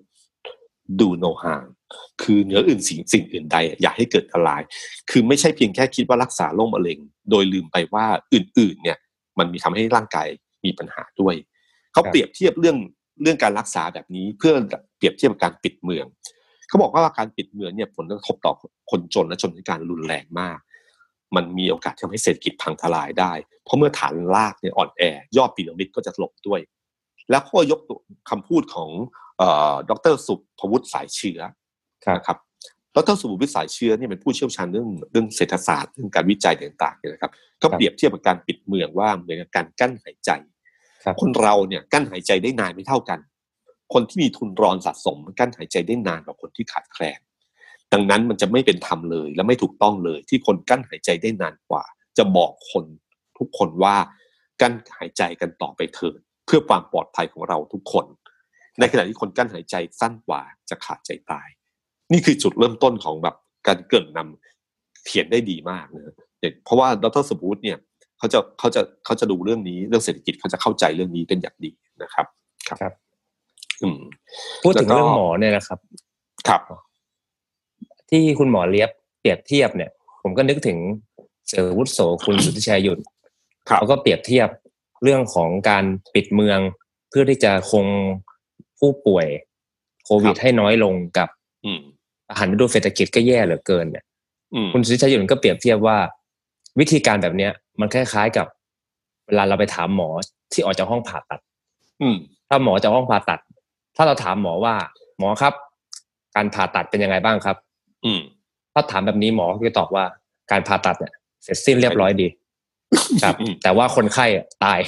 do no harm คือเหนืออื่นสิ่งสิ่งอื่นใดอย่าให้เกิดอันตรายคือไม่ใช่เพียงแค่คิดว่ารักษาโรคมะเร็งโดยลืมไปว่าอื่นๆเนี่ยมันมีทำให้ร่างกายมีปัญหาด้วยเขาเปรียบเทียบเรื่องเรื่องการรักษาแบบนี้เพื่อเปรียบเทียบกับการปิดเมืองเขาบอกว่าการปิดเมืองเนี่ยผลกระทบต่อคนจนและชนชั้นกลางรุนแรงมากมันมีโอกาสทำให้เศรษฐกิจพังทลายได้เพราะเมื่อฐานรากเนี่ยอ่อนแอยอดพีระมิดก็จะถล่มด้วยแล้วก็ยกคำพูดของเอ่อดร.สุภวุฒิสายเชื้อนะครับดร.สุภวุฒิสายเชื้อเนี่ยเป็นผู้เชี่ยวชาญเรื่องเรื่องเศรษฐศาสตร์เรื่องการวิจัยต่างๆเนี่ยนะครับก็เปรียบเทียบกับการปิดเมืองว่าเหมือนกับการกั้นหายใจคนเราเนี่ยกั้นหายใจได้นานไม่เท่ากันคนที่มีทุนรอนสะสมกั้นหายใจได้นานกว่าคนที่ขาดแคลนดังนั้นมันจะไม่เป็นธรรมเลยและไม่ถูกต้องเลยที่คนกั้นหายใจได้นานกว่าจะบอกคนทุกคนว่ากั้นหายใจกันต่อไปเถิดเพื่อความปลอดภัยของเราทุกคนในขณะที่คนกั้นหายใจสั้นกว่าจะขาดใจตายนี่คือจุดเริ่มต้นของแบบการเกริ่นนำเขียนได้ดีมากนะเพราะว่าดร.สุภวุฒิเนี่ยเขเขาจะเขาจะเขาจะดูเรื่องนี้เรื่องเศรษฐกิจเขาจะเข้าใจเรื่องนี้เป็นอย่างดีนะครับครับครับอืมพูดถึงเรื่องหมอเนี่ยนะครับครับที่คุณหมอเลียบเปรียบเทียบเนี่ยผมก็นึกถึงเสรีวุฒิโสคุณสุทธิชัยหยุ่นเขาก็เปรียบเทียบเรื่องของการปิดเมืองเพื่อที่จะคงผู้ป่วยโควิดให้น้อยลงกับอาหารดูเศรษฐกิจก็แย่เหลือเกินเนี่ยคุณสุทธิชัยหยุ่นก็เปรียบเทียบว่าวิธีการแบบเนี้ยมันคล้ายๆกับเวลาเราไปถามหมอที่ออกจากห้องผ่าตัดถ้าหมอจากห้องผ่าตัดถ้าเราถามหมอว่าหมอครับการผ่าตัดเป็นยังไงบ้างครับถ้าถามแบบนี้หมอก็จะตอบว่าการผ่าตัดเนี่ยเสร็จสิ้นเรียบร้อยดีครับแต่ว่าคนไข้ตาย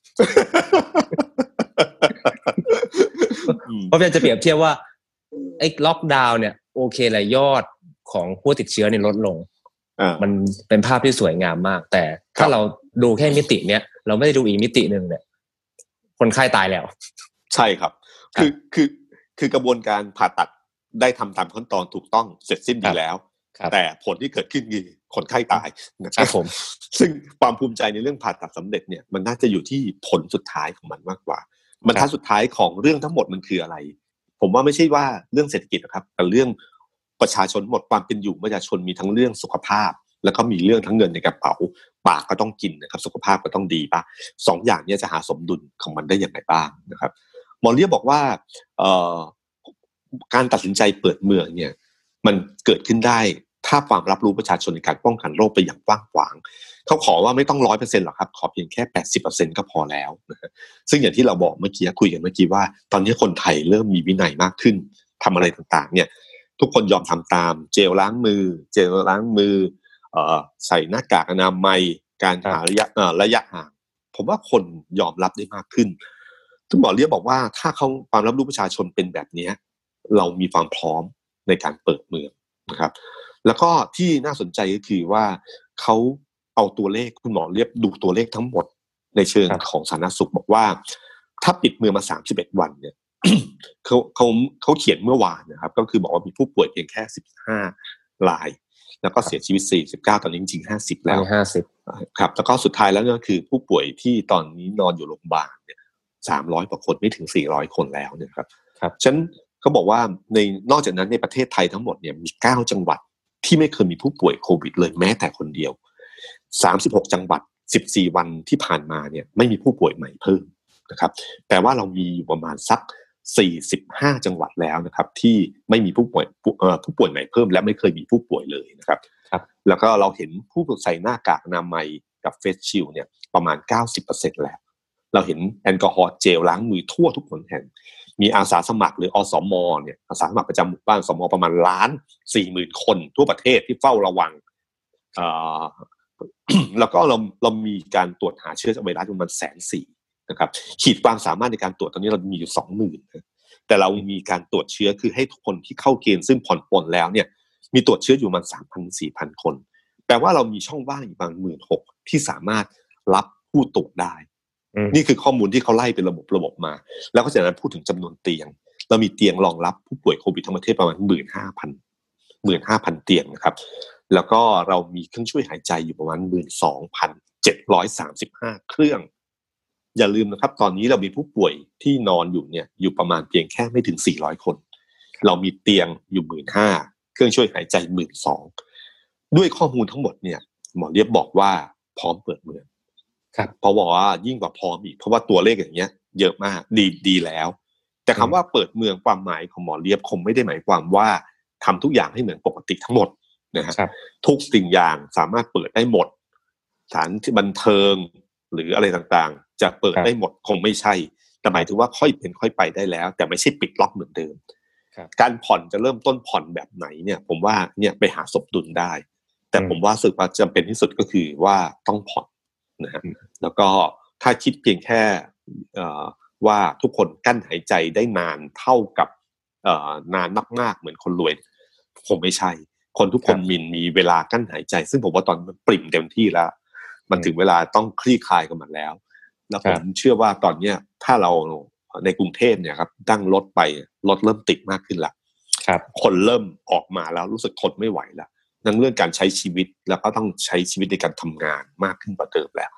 เพราะฉะนั้นจะเปรียบเทียบว่าไอ้ล็อกดาวน์เนี่ยโอเคแหละยอดของผู้ติดเชื้อเนี่ยลดลงมันเป็นภาพที่สวยงามมากแต่ถ้าเราดูแค่มิติเนี้ยเราไม่ได้ดูอีกมิตินึงเนี่ยคนไข้ตายแล้วใช่ครับคือคือคือกระบวนการผ่าตัดได้ทำตามขั้นตอนถูกต้องเสร็จสิ้นดีแล้วแต่ผลที่เกิดขึ้นคือคนไข้ตายนะครับผมซึ่งความภูมิใจในเรื่องผ่าตัดสำเร็จเนี่ยมันน่าจะอยู่ที่ผลสุดท้ายของมันมากกว่าบรรทัดสุดท้ายของเรื่องทั้งหมดมันคืออะไรผมว่าไม่ใช่ว่าเรื่องเศรษฐกิจนะครับแต่เรื่องประชาชนหมดความเป็นอยู่ประชาชนมีทั้งเรื่องสุขภาพแล้วก็มีเรื่องทั้งเงินในกระเป๋าปากก็ต้องกินนะครับสุขภาพก็ต้องดีป่ะสองอย่างนี้จะหาสมดุลของมันได้อย่างไรบ้างนะครับหมอเลียบบอกว่าการตัดสินใจเปิดเมืองเนี่ยมันเกิดขึ้นได้ถ้าความรับรู้ประชาชนในการป้องกันโรคไปอย่างกว้างขวางเขาขอว่าไม่ต้อง ร้อยเปอร์เซ็นต์ หรอกครับขอเพียงแค่ แปดสิบเปอร์เซ็นต์ ก็พอแล้วนะซึ่งอย่างที่เราบอกเมื่อกี้คุยกันเมื่อกี้ว่าตอนนี้คนไทยเริ่มมีวินัยมากขึ้นทำอะไรต่างๆเนี่ยทุกคนยอมทำตามเจลล้างมือเจลล้างมือเอ่อใส่หน้ากากอนามัยการหาระยะเอ่อระยะห่างผมว่าคนยอมรับได้มากขึ้นคุณหมอเลียบบอกว่าถ้าเขาความรับรู้ประชาชนเป็นแบบนี้เรามีความพร้อมในการเปิดเมืองนะครับแล้วก็ที่น่าสนใจก็คือว่าเขาเอาตัวเลขคุณหมอเลียบดูตัวเลขทั้งหมดในเชิงของสาธารณสุขบอกว่าถ้าปิดเมืองมาสามสิบเอ็ดวันเนี่ย เขาเขาเขาเขียนเมื่อวานนะครับก็คือบอกว่ามีผู้ป่วยเพียงแค่สิบห้ารายแล้วก็เสียชีวิตสี่สิบเก้าตอนนี้จริงๆห้าสิบแล้วห้าสิบครับแล้วก็สุดท้ายแล้วก็คือผู้ป่วยที่ตอนนี้นอนอยู่โรงพยาบาลเนี่ยสามร้อยกว่าคนไม่ถึงสี่ร้อยคนแล้วเนี่ยครับครับฉะนั้นเขาบอกว่าในนอกจากนั้นในประเทศไทยทั้งหมดเนี่ยมีเก้าจังหวัดที่ไม่เคยมีผู้ป่วยโควิดเลยแม้แต่คนเดียวสามสิบหกจังหวัดสิบสี่วันที่ผ่านมาเนี่ยไม่มีผู้ป่วยใหม่เพิ่มนะครับแปลว่าเรามีอยู่ประมาณสักสี่สิบห้าจังหวัดแล้วนะครับที่ไม่มีผู้ป่วยเอ่อผู้ป่วยใหม่เพิ่มและไม่เคยมีผู้ป่วยเลยนะครับครับแล้วก็เราเห็นผู้ใส่หน้ากากอนามัยกับเฟสชิลด์เนี่ยประมาณ เก้าสิบเปอร์เซ็นต์ แล้วเราเห็นแอลกอฮอล์เจลล้างมือทั่วทุกคนแห่งมีอาสาสมัครหรืออสมเนี่ยอาสาสมัครประจำหมู่บ้านสมประมาณล้านสี่หมื่นคนทั่วประเทศที่เฝ้าระวังอ่า แล้วก็เราเรามีการตรวจหาเชื้อไวรัสประมาณแสนสี่นะครับขีดความสามารถในการตรวจตอนนี้เรามีอยู่ สองหมื่น แต่เรามีการตรวจเชื้อคือให้ทุกคนที่เข้าเกณฑ์ซึ่งผ่อนปลนแล้วเนี่ยมีตรวจเชื้ออยู่ประมาณ สามพัน สี่พัน คนแปลว่าเรามีช่องว่างอีกประมาณ หนึ่งหมื่นหกพัน ที่สามารถรับผู้ตรวจได้นี่คือข้อมูลที่เขาไล่เป็นระบบระบบมาแล้วก็จากนั้นพูดถึงจำนวนเตียงเรามีเตียงรองรับผู้ป่วยโควิดทั้งประเทศประมาณ หนึ่งหมื่นห้าพัน หนึ่งหมื่นห้าพัน เตียงนะครับแล้วก็เรามีเครื่องช่วยหายใจอยู่ประมาณ หนึ่งหมื่นสองพันเจ็ดร้อยสามสิบห้า เครื่องอย่าลืมนะครับตอนนี้เรามีผู้ป่วยที่นอนอยู่เนี่ยอยู่ประมาณเพียงแค่ไม่ถึงสี่ร้อยคนเรามีเตียงอยู่ หนึ่งหมื่นห้าพัน เครื่องช่วยหายใจ หนึ่งหมื่นสองพัน ด้วยข้อมูลทั้งหมดเนี่ยหมอเลียบบอกว่าพร้อมเปิดเมืองครับเพราะว่ายิ่งกว่าพร้อมอีกเพราะว่าตัวเลขอย่างเงี้ยเยอะมากดีดีแล้วแต่คำว่าเปิดเมืองความหมายของหมอเลียบคงไม่ได้หมายความว่าทำทุกอย่างให้เหมือนปกติทั้งหมดนะฮะทุกสิ่งอย่างสามารถเปิดได้หมดสถานที่บันเทิงหรืออะไรต่างๆจะเปิดได้หมดคงไม่ใช่แต่หมายถึงว่าค่อยเป็นค่อยไปได้แล้วแต่ไม่ใช่ปิดล็อกเหมือนเดิมการผ่อนจะเริ่มต้นผ่อนแบบไหนเนี่ยผมว่าเนี่ยไปหาสมดุลได้แต่ผมว่าสึกว่าจำเป็นที่สุดก็คือว่าต้องผ่อนนะฮะแล้วก็ถ้าคิดเพียงแค่ว่าทุกคนกั้นหายใจได้นานเท่ากับนานมากๆเหมือนคนรวยคงไม่ใช่คนทุกคนมีมีเวลากั้นหายใจซึ่งผมว่าตอนมันปริ่มเต็มที่แล้วมันถึงเวลาต้องคลี่คลายกันหมดแล้วแล้วผมเชื่อว่าตอนนี้ถ้าเราในกรุงเทพเนี่ยครับตั้งรถไปรถเริ่มติดมากขึ้นละคนเริ่มออกมาแล้วรู้สึกทนไม่ไหวแล้วนั่นเรื่องการใช้ชีวิตแล้วก็ต้องใช้ชีวิตในการทำงานมากขึ้นกว่าเดิมแล้ว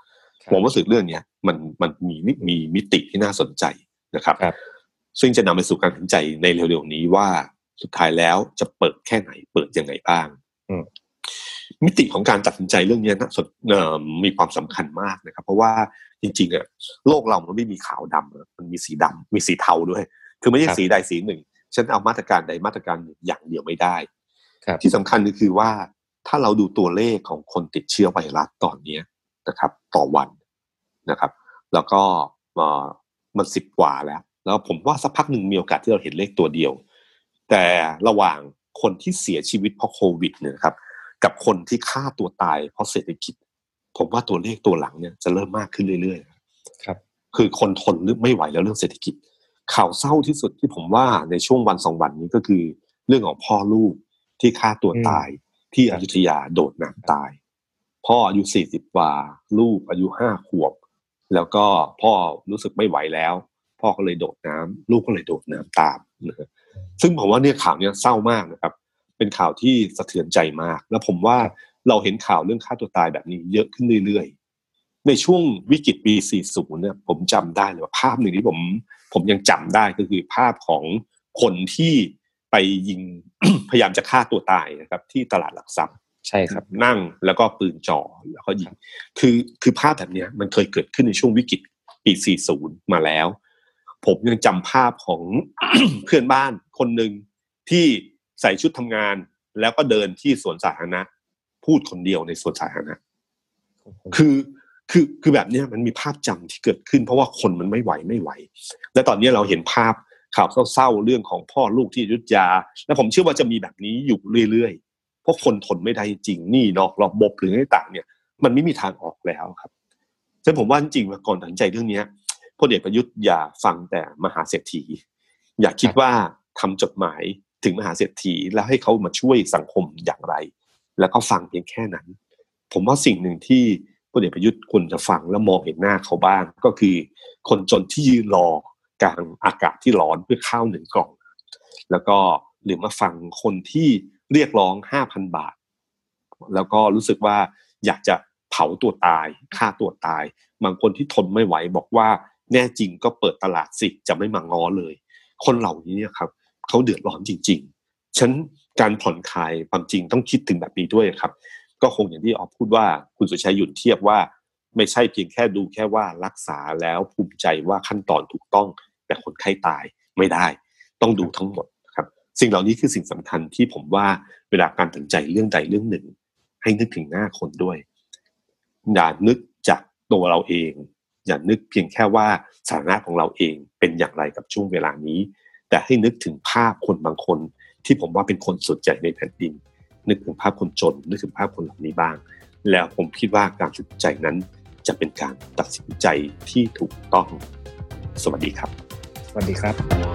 ผมรู้สึกเรื่องนี้มันมันมีมีมิติที่น่าสนใจนะครับซึ่งจะนำไปสู่การตัดสินใจในเร็วๆนี้ว่าสุดท้ายแล้วจะเปิดแค่ไหนเปิดยังไงบ้างมิติของการตัดสินใจเรื่องนี้นะมีความสำคัญมากนะครับเพราะว่าจริงๆอะโลกเรามันไม่มีขาวดำมันมีสีดำมีสีเทาด้วยคือไม่ใช่สีใดสีหนึ่งฉันเอามาตรการใดมาตรการหนึ่งอย่างเดียวไม่ได้ที่สำคัญก็คือว่าถ้าเราดูตัวเลขของคนติดเชื้อไวรัสตอนนี้นะครับต่อวันนะครับแล้วก็มันสิบกว่าแล้วแล้วผมว่าสักพักหนึ่งมีโอกาสที่เราเห็นเลขตัวเดียวแต่ระหว่างคนที่เสียชีวิตเพราะโควิดเนี่ยนะครับกับคนที่ฆ่าตัวตายเพราะเศรษฐกิจผมว่าตัวเลขตัวหลังเนี่ยจะเริ่มมากขึ้นเรื่อยๆครับคือคนทนหรือไม่ไหวแล้วเรื่องเศรษฐกิจข่าวเศร้าที่สุดที่ผมว่าในช่วงวันสองวันนี้ก็คือเรื่องของพ่อลูกที่ฆ่าตัวตายที่อยุธยาโดดน้ำตายพ่ออายุสี่สิบกว่าลูกอายุห้าขวบแล้วก็พ่อรู้สึกไม่ไหวแล้วพ่อก็เลยโดดน้ำลูกก็เลยโดดน้ำตามนะซึ่งผมว่าเนี่ยข่าวเนี้ยเศร้ามากนะครับเป็นข่าวที่สะเทือนใจมากแล้วผมว่าเราเห็นข่าวเรื่องฆ่าตัวตายแบบนี้เยอะขึ้นเรื่อยๆในช่วงวิกฤตปีสี่สิบเนี่ยผมจำได้เลยว่าภาพหนึ่งที่ผมผมยังจำได้ก็คือภาพของคนที่ไปยิง พยายามจะฆ่าตัวตายนะครับที่ตลาดหลักทรัพย์ใช่ครับนั่งแล้วก็ปืนจ่อแล้วก็ยิงคือคือภาพแบบนี้มันเคยเกิดขึ้นในช่วงวิกฤตปีสี่สิบมาแล้วผมยังจำภาพของ เพื่อนบ้านคนหนึ่งที่ใส่ชุดทำงานแล้วก็เดินที่สวนสาธารณะพูดคนเดียวในสวนสาธารณะคือคือคือแบบนี้มันมีภาพจำที่เกิดขึ้นเพราะว่าคนมันไม่ไหวไม่ไหวและตอนนี้เราเห็นภาพข่าวเศร้าๆเรื่องของพ่อลูกที่อยุธยาและผมเชื่อว่าจะมีแบบนี้อยู่เรื่อยๆเพราะคนทนไม่ได้จริงนี่นอกระบบหรืออะไรต่างเนี่ยมันไม่มีทางออกแล้วครับฉะนั้นผมว่าจริงๆก่อนตัดสินใจเรื่องนี้พลเอกประยุทธ์อย่าฟังแต่มหาเศรษฐีอย่าคิดว่าทำจดหมายถึงมหาเศรษฐีแล้วให้เขามาช่วยสังคมอย่างไรแล้วก็ฟังเพียงแค่นั้นผมว่าสิ่งหนึ่งที่พลเอกประยุทธ์ควรจะฟังและมองเห็นหน้าเขาบ้างก็คือคนจนที่ยืนรอกลางอากาศที่ร้อนเพื่อข้าวหนึ่งกล่องแล้วก็หรือมาฟังคนที่เรียกร้อง ห้าพัน บาทแล้วก็รู้สึกว่าอยากจะเผาตัวตายฆ่าตัวตายบางคนที่ทนไม่ไหวบอกว่าแน่จริงก็เปิดตลาดสิจะไม่มาง้อเลยคนเหล่านี้เนี่ยครับเขาเดือดร้อนจริงๆฉะนั้นการผ่อนคลายความจริงต้องคิดถึงแบบนี้ด้วยครับก็คงอย่างที่ออฟพูดว่าคุณสุชัยหยุ่นเทียบว่าไม่ใช่เพียงแค่ดูแค่ว่ารักษาแล้วภูมิใจว่าขั้นตอนถูกต้องแต่คนไข้ตายไม่ได้ต้องดูทั้งหมดครับสิ่งเหล่านี้คือสิ่งสำคัญที่ผมว่าเวลาการตัดสินใจเรื่องใดเรื่องหนึ่งให้นึกถึงหน้าคนด้วยอย่านึกจากตัวเราเองอย่านึกเพียงแค่ว่าสถานะของเราเองเป็นอย่างไรกับช่วงเวลานี้แต่ให้นึกถึงภาพคนบางคนที่ผมว่าเป็นคนส่วนใหญ่ในแผ่นดินนึกถึงภาพคนจนนึกถึงภาพคนเหล่านี้บ้างแล้วผมคิดว่าการตัดสินใจนั้นจะเป็นการตัดสินใจที่ถูกต้องสวัสดีครับสวัสดีครับ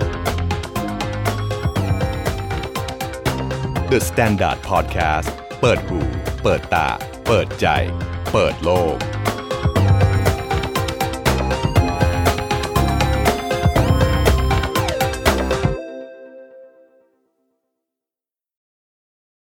The Standard Podcast เปิดหูเปิดตาเปิดใจเปิดโลก